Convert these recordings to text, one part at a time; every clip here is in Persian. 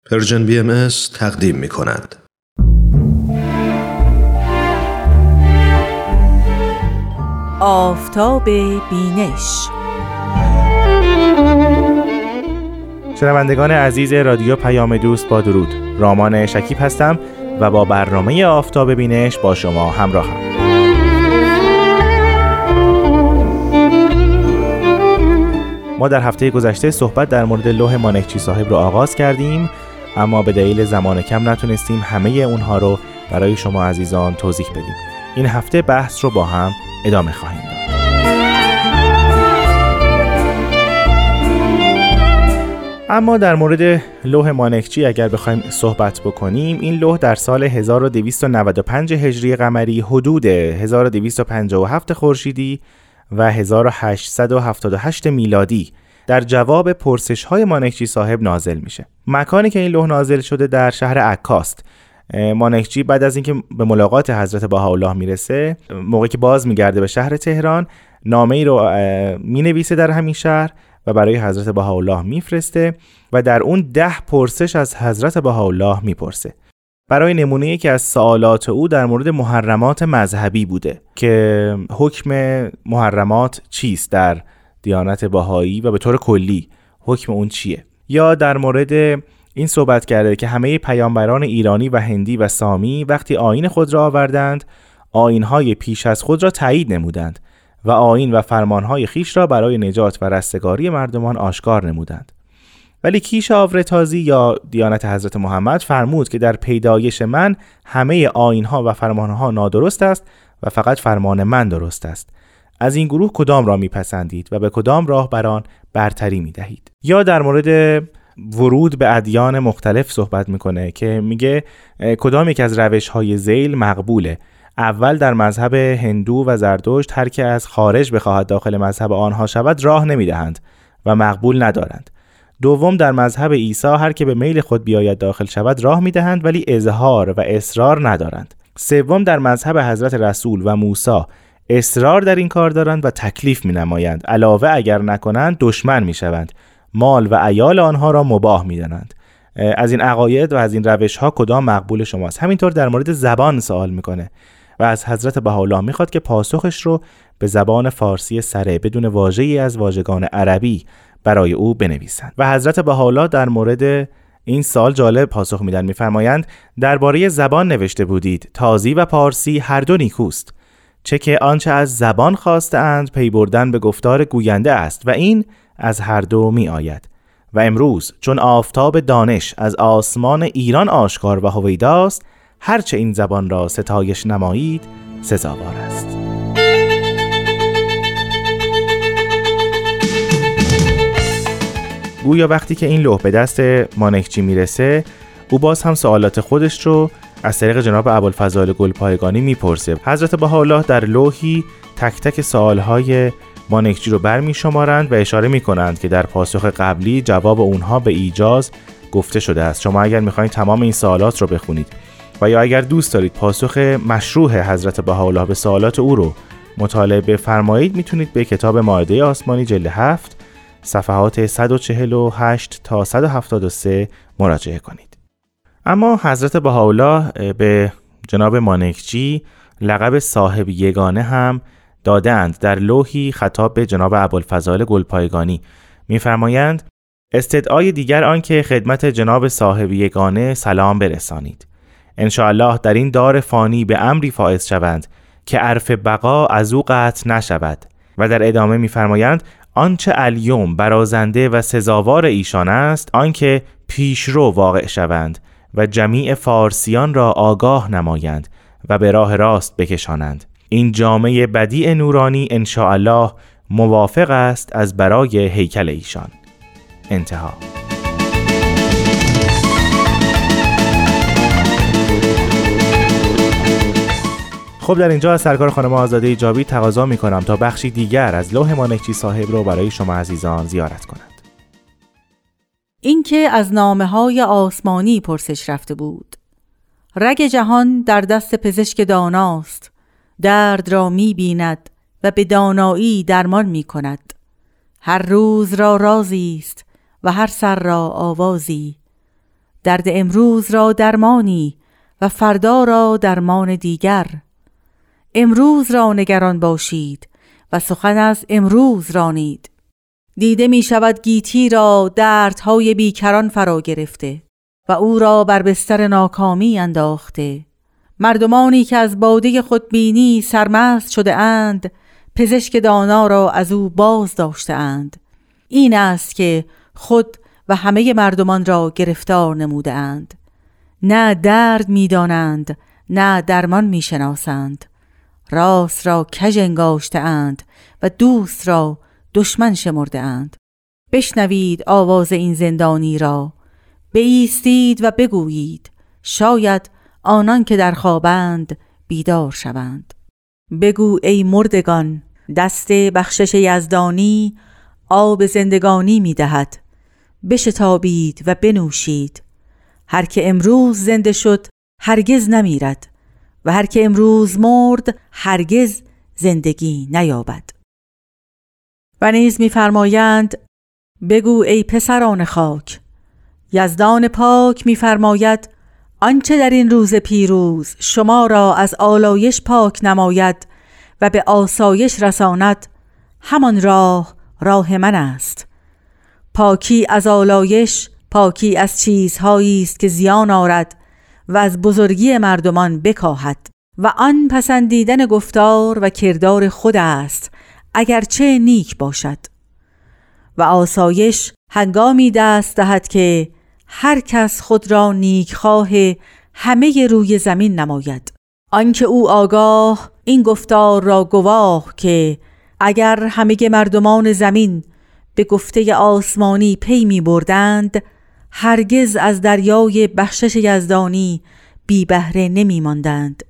پرژن BMS تقدیم می کند. آفتاب بینش. شنوندگان عزیز رادیو پیام دوست با درود، رامان شکیب هستم و با برنامه آفتاب بینش با شما همراهم. ما در هفته گذشته صحبت در مورد لوح مانکچی صاحب رو آغاز کردیم، اما به دلیل زمان کم نتونستیم همه اونها رو برای شما عزیزان توضیح بدیم. این هفته بحث رو با هم ادامه خواهیم داد. اما در مورد لوح مانکچی اگر بخوایم صحبت بکنیم، این لوح در سال 1295 هجری قمری، حدود 1257 خورشیدی و 1878 میلادی در جواب پرسش‌های مانکچی صاحب نازل میشه. مکانی که این لوح نازل شده در شهر عکاست. مانکچی بعد از اینکه به ملاقات حضرت بهاءالله میرسه، موقعی که باز میگرده به شهر تهران، نامه‌ای رو مینویسه در همین شهر و برای حضرت بهاءالله میفرسته و در اون 10 پرسش از حضرت بهاءالله میپرسه. برای نمونه که از سوالات او در مورد محرمات مذهبی بوده که حکم محرمات چیست در دیانت بهایی و به طور کلی حکم اون چیه، یا در مورد این صحبت کرده که همه پیامبران ایرانی و هندی و سامی وقتی آیین خود را آوردند، آیین‌های پیش از خود را تایید نمودند و آیین و فرمانهای خیش را برای نجات و رستگاری مردمان آشکار نمودند. ولی کیش آورتازی یا دیانت حضرت محمد فرمود که در پیدایش من همه آیین‌ها و فرمانها نادرست است و فقط فرمان من درست است. از این گروه کدام را میپسندید و به کدام راهبران برتری میدهید؟ یا در مورد ورود به ادیان مختلف صحبت میکنه که میگه کدام یک از روش‌های ذیل مقبوله. اول در مذهب هندو و زرتشت هر که از خارج بخواهد داخل مذهب آنها شود راه نمیدهند و مقبول ندارند. دوم در مذهب عیسی هر که به میل خود بیاید داخل شود راه میدهند ولی اظهار و اصرار ندارند. سوم در مذهب حضرت رسول و موسی اصرار در این کار دارند و تکلیف می نمایند. علاوه اگر نکنند دشمن می شوند. مال و عیال آنها را مباح می دانند. از این عقاید و از این روش ها کدام مقبول شماست؟ همینطور در مورد زبان سوال میکنه و از حضرت بهاءالله میخواد که پاسخش رو به زبان فارسی سره بدون واژه‌ای از واژگان عربی برای او بنویسند. و حضرت بهاءالله در مورد این سال جالب پاسخ میدن، میفرمایند درباره زبان نوشته بودید تازی و پارسی هر دو نیکوست، چه که آنچه از زبان خواستند پی بردن به گفتار گوینده است و این از هر دو می آید. و امروز چون آفتاب دانش از آسمان ایران آشکار و هویداست، هرچه این زبان را ستایش نمایید سزاوار است. گویا وقتی که این لوح به دست مانکچی میرسه، او باز هم سوالات خودش رو از طریق جناب ابوالفضائل گلپایگانی میپرسه. حضرت بهاءالله در لوحی تک تک سوالهای مانکچی رو برمی شمارند و اشاره میکنند که در پاسخ قبلی جواب اونها به ایجاز گفته شده است. شما اگر میخواید تمام این سوالات رو بخونید و یا اگر دوست دارید پاسخ مشروح حضرت بهاءالله به سوالات او رو مطالعه بفرمایید، میتونید به کتاب مائده آسمانی جلد 7 صفحات 148 تا 173 مراجعه کنید. اما حضرت بهاءالله به جناب مانکچی لقب صاحب یگانه هم دادند. در لوحی خطاب به جناب ابوالفضائل گلپایگانی می‌فرمایند استدعای دیگر آن که خدمت جناب صاحب یگانه سلام برسانید. انشاءالله در این دار فانی به امری فائز شوند که عرف بقا از او قطع نشود. و در ادامه می‌فرمایند آنچه الیوم برازنده و سزاوار ایشان است آنکه پیشرو واقع شوند و جمیع فارسیان را آگاه نمایند و به راه راست بکشانند. این جامعه بدیع نورانی انشاءالله موافق است از برای هیکل ایشان. انتها. خب در اینجا از سرکار خانم آزاده ایجابی تقاضا میکنم تا بخشی دیگر از لوح مانکچی صاحب رو برای شما عزیزان زیارت کنند. این که از نامه‌های آسمانی پرسش رفته بود. رگ جهان در دست پزشک داناست، درد را می‌بیند و به دانایی درمان می‌کند. هر روز را رازی است و هر سر را آوازی. درد امروز را درمانی و فردا را درمان دیگر. امروز را نگران باشید و سخن از امروز رانید. دیده می شود گیتی را دردهای بیکران فرا گرفته و او را بر بستر ناکامی انداخته. مردمانی که از باده خودبینی سرمست شده اند، پزشک دانا را از او باز داشته اند. این است که خود و همه مردمان را گرفتار نموده اند. نه درد می دانند، نه درمان می شناسند. راست را کژ انگاشته اند و دوست را دشمن شمرده اند. بشنوید آواز این زندانی را، بایستید و بگویید، شاید آنان که در خوابند بیدار شوند. بگو ای مردگان، دست بخشش یزدانی آب زندگانی می دهد. بشتابید و بنوشید. هر که امروز زنده شد هرگز نمیرد و هر که امروز مرد هرگز زندگی نیابد. و نیز می‌فرمایند بگو ای پسران خاک، یزدان پاک می‌فرماید آنچه در این روز پیروز شما را از آلایش پاک نماید و به آسایش رساند، همان راه من است. پاکی از آلایش، پاکی از چیزهایی است که زیان آرد و از بزرگی مردمان بکاهد و آن پسندیدن گفتار و کردار خود است اگرچه نیک باشد. و آسایش هنگامی دست دهد که هر کس خود را نیکخواه همه روی زمین نماید. آنکه او آگاه این گفتار را گواه که اگر همه مردمان زمین به گفته آسمانی پی می بردند، هرگز از دریای بخشش یزدانی بی بهره نمی ماندند.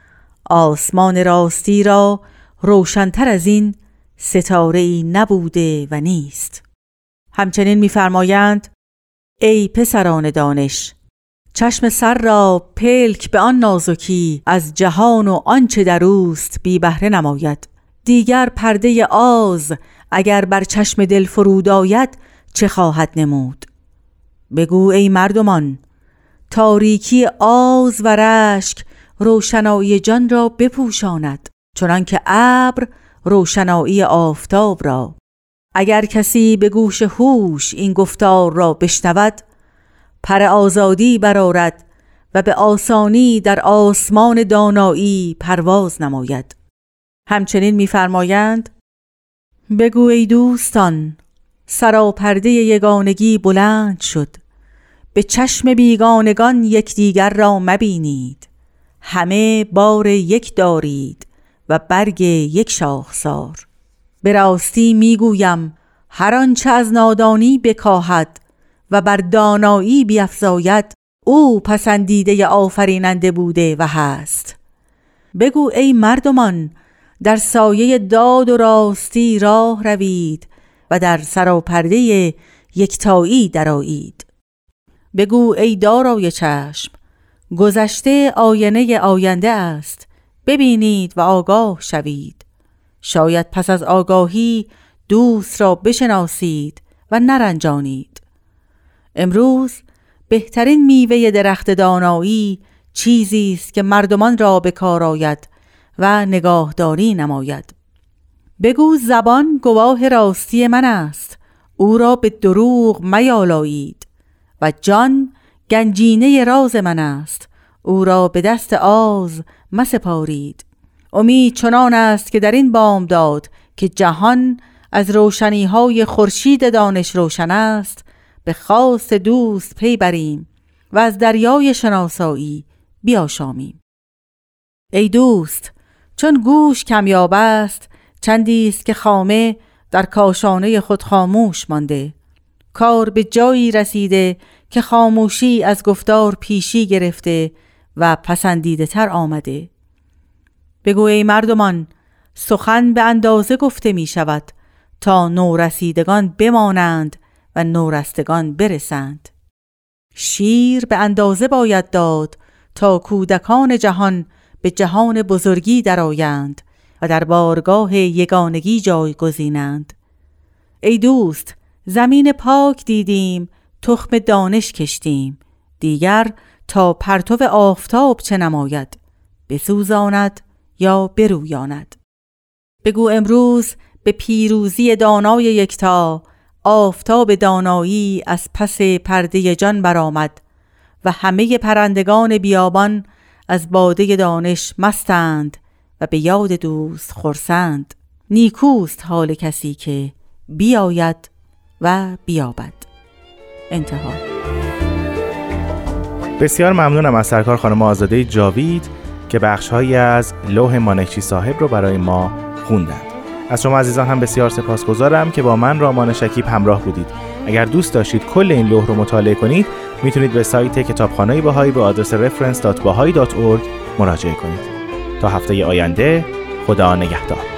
آسمان راستی را روشن‌تر از این ستاره‌ای نبوده و نیست. همچنین می‌فرمایند ای پسران دانش، چشم سر را پلک به آن نازکی از جهان و آنچه در اوست بی بهره نماید. دیگر پرده آز اگر بر چشم دل فرود آید چه خواهد نمود؟ بگو ای مردمان، تاریکی آز و رشک روشنایی جان را بپوشاند، چنان که ابر روشنایی آفتاب را. اگر کسی به گوش هوش این گفتار را بشنود، پر آزادی برآرد و به آسانی در آسمان دانایی پرواز نماید. همچنین می‌فرمایند بگو ای دوستان، سراپرده یگانگی بلند شد، به چشم بیگانگان یکدیگر را مبینید. همه بار یک دارید و برگ یک شاخسار. به راستی میگویم هر آنچه از نادانی بکاهد و بر دانایی بیفزاید، او پسندیده آفریننده بوده و هست. بگو ای مردمان، در سایه داد و راستی راه روید و در سراپرده یکتایی درآیید. بگو ای دارای چشم، گذشته آینه آینده است، ببینید و آگاه شوید. شاید پس از آگاهی دوست را بشناسید و نرنجانید. امروز بهترین میوه درخت دانایی چیزی است که مردمان را به کار آید و نگاهداری نماید. بگو زبان گواه راستی من است، او را به دروغ میالایید. و جان گنجینه راز من است، او را به دست آز مسپارید. امید چنان است که در این بامداد که جهان از روشنی‌های خورشید دانش روشن است، به خواست دوست پی بریم و از دریای شناسایی بیاشامیم. ای دوست، چون گوش کمیاب است، چندی است که خامه در کاشانه خود خاموش مانده. کار به جایی رسیده که خاموشی از گفتار پیشی گرفته و پسندیده تر آمده. بگو ای مردمان، سخن به اندازه گفته می شود تا نورسیدگان بمانند و نورستگان برسند. شیر به اندازه باید داد تا کودکان جهان به جهان بزرگی درآیند و در بارگاه یگانگی جای گزینند. ای دوست، زمین پاک دیدیم، تخم دانش کشتیم، دیگر تا پرتو آفتاب چه نماید، بسوزاند یا برویاند. بگو امروز به پیروزی دانای یکتا، آفتاب دانایی از پس پرده جان برآمد و همه پرندگان بیابان از باده دانش مستند و به یاد دوست خرسند. نیکوست حال کسی که بیاید و بیابد. انتها. بسیار ممنونم از سرکار خانم آزاده جاوید که بخش‌هایی از لوح مانکچی صاحب رو برای ما خوندند. از شما عزیزان هم بسیار سپاسگزارم که با من رامان شکیب همراه بودید. اگر دوست داشتید کل این لوح رو مطالعه کنید، میتونید به سایت کتابخانه بهایی به آدرس reference.bahai.org مراجعه کنید. تا هفته آینده، خدا نگهدار.